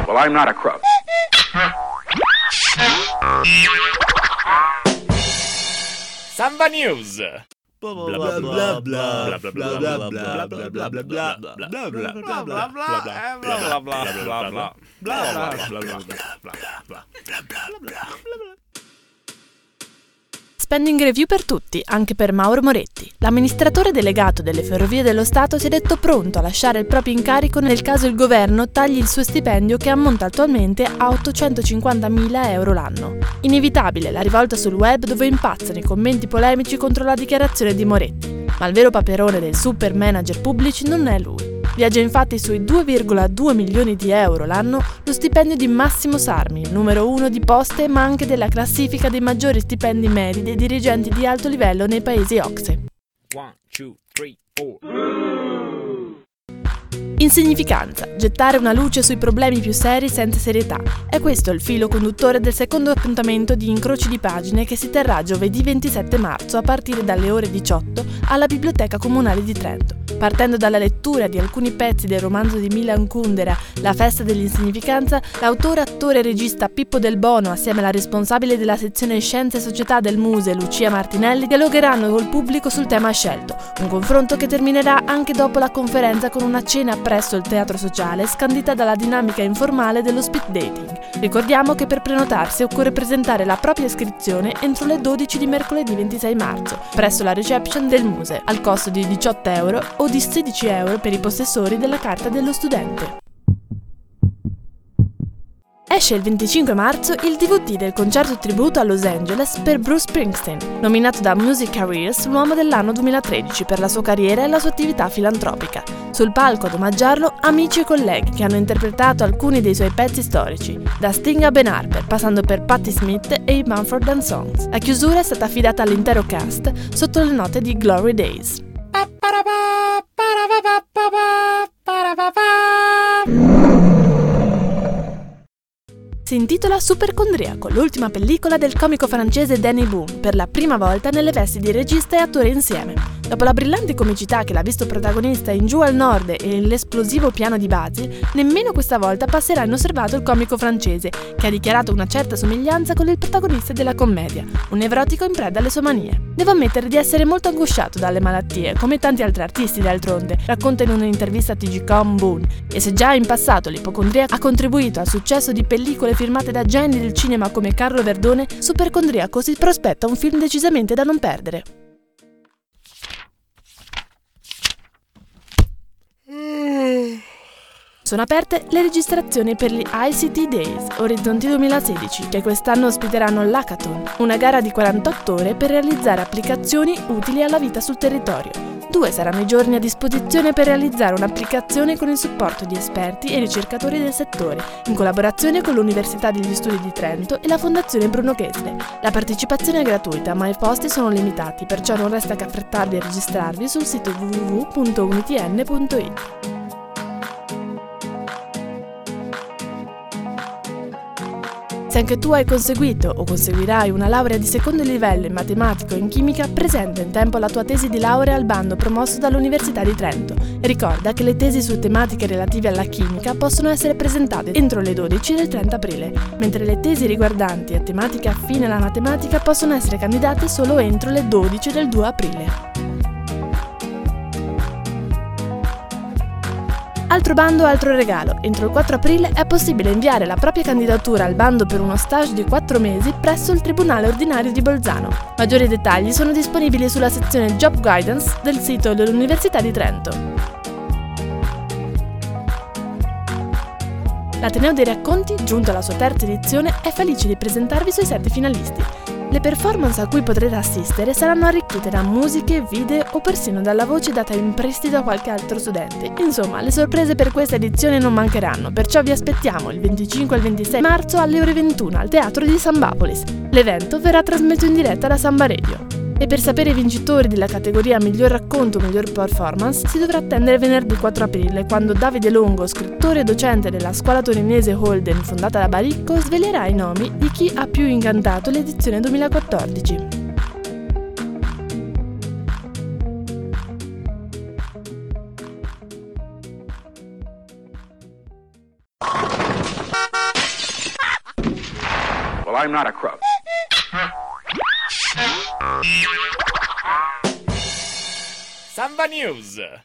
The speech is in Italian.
Well, I'm not a crook. Samba News. Spending review per tutti, anche per Mauro Moretti. L'amministratore delegato delle Ferrovie dello Stato si è detto pronto a lasciare il proprio incarico nel caso il governo tagli il suo stipendio che ammonta attualmente a 850.000 euro l'anno. Inevitabile la rivolta sul web dove impazzano i commenti polemici contro la dichiarazione di Moretti, ma il vero paperone dei super manager pubblici non è lui. Viaggia infatti sui 2,2 milioni di euro l'anno lo stipendio di Massimo Sarmi, il numero 1 di Poste, ma anche della classifica dei maggiori stipendi medi dei dirigenti di alto livello nei paesi OCSE. 1, 2, 3, 4. Insignificanza, gettare una luce sui problemi più seri senza serietà. È questo il filo conduttore del secondo appuntamento di Incroci di Pagine che si terrà giovedì 27 marzo a partire dalle ore 18 alla Biblioteca Comunale di Trento. Partendo dalla lettura di alcuni pezzi del romanzo di Milan Kundera, La festa dell'insignificanza, l'autore, attore e regista Pippo Del Bono, assieme alla responsabile della sezione Scienze e Società del Muse, Lucia Martinelli, dialogheranno col pubblico sul tema scelto, un confronto che terminerà anche dopo la conferenza con una cena presso il Teatro Sociale, scandita dalla dinamica informale dello speed dating. Ricordiamo che per prenotarsi occorre presentare la propria iscrizione entro le 12 di mercoledì 26 marzo, presso la reception del Muse, al costo di 18 euro o di 16 euro per i possessori della carta dello studente. Esce il 25 marzo il DVD del concerto tributo a Los Angeles per Bruce Springsteen, nominato da Music Careers l'uomo dell'anno 2013 per la sua carriera e la sua attività filantropica. Sul palco ad omaggiarlo amici e colleghi che hanno interpretato alcuni dei suoi pezzi storici, da Sting a Ben Harper, passando per Patti Smith e i Mumford & Sons. La chiusura è stata affidata all'intero cast sotto le note di Glory Days. Si intitola Supercondriaco, l'ultima pellicola del comico francese Danny Boone, per la prima volta nelle vesti di regista e attore insieme. Dopo la brillante comicità che l'ha visto protagonista in Giù al Nord e l'esplosivo piano di Basil, nemmeno questa volta passerà inosservato il comico francese, che ha dichiarato una certa somiglianza con il protagonista della commedia, un nevrotico in preda alle sue manie. Devo ammettere di essere molto angosciato dalle malattie, come tanti altri artisti d'altronde, racconta in un'intervista a TGcom Boone, e se già in passato l'ipocondria ha contribuito al successo di pellicole firmate da geni del cinema come Carlo Verdone, Supercondriaco si prospetta un film decisamente da non perdere. Sono aperte le registrazioni per gli ICT Days Orizzonti 2016, che quest'anno ospiteranno l'Hackathon, una gara di 48 ore per realizzare applicazioni utili alla vita sul territorio. 2 saranno i giorni a disposizione per realizzare un'applicazione con il supporto di esperti e ricercatori del settore, in collaborazione con l'Università degli Studi di Trento e la Fondazione Bruno Kessler. La partecipazione è gratuita, ma i posti sono limitati, perciò non resta che affrettarvi a registrarvi sul sito www.unitn.it. Se anche tu hai conseguito o conseguirai una laurea di secondo livello in matematica o in chimica, presenta in tempo la tua tesi di laurea al bando promosso dall'Università di Trento. E ricorda che le tesi su tematiche relative alla chimica possono essere presentate entro le 12 del 30 aprile, mentre le tesi riguardanti a tematiche affine alla matematica possono essere candidate solo entro le 12 del 2 aprile. Altro bando, altro regalo. Entro il 4 aprile è possibile inviare la propria candidatura al bando per uno stage di 4 mesi presso il Tribunale Ordinario di Bolzano. Maggiori dettagli sono disponibili sulla sezione Job Guidance del sito dell'Università di Trento. L'Ateneo dei Racconti, giunto alla sua terza edizione, è felice di presentarvi i suoi 7 finalisti. Le performance a cui potrete assistere saranno arricchite da musiche, video o persino dalla voce data in prestito a qualche altro studente. Insomma, le sorprese per questa edizione non mancheranno, perciò vi aspettiamo il 25 e il 26 marzo alle ore 21 al Teatro di Sambapolis. L'evento verrà trasmesso in diretta da Samba Radio. E per sapere i vincitori della categoria Miglior Racconto o Miglior Performance si dovrà attendere venerdì 4 aprile, quando Davide Longo, scrittore e docente della scuola torinese Holden fondata da Baricco, svelerà i nomi di chi ha più incantato l'edizione 2014. I'm not a crook. Samba News.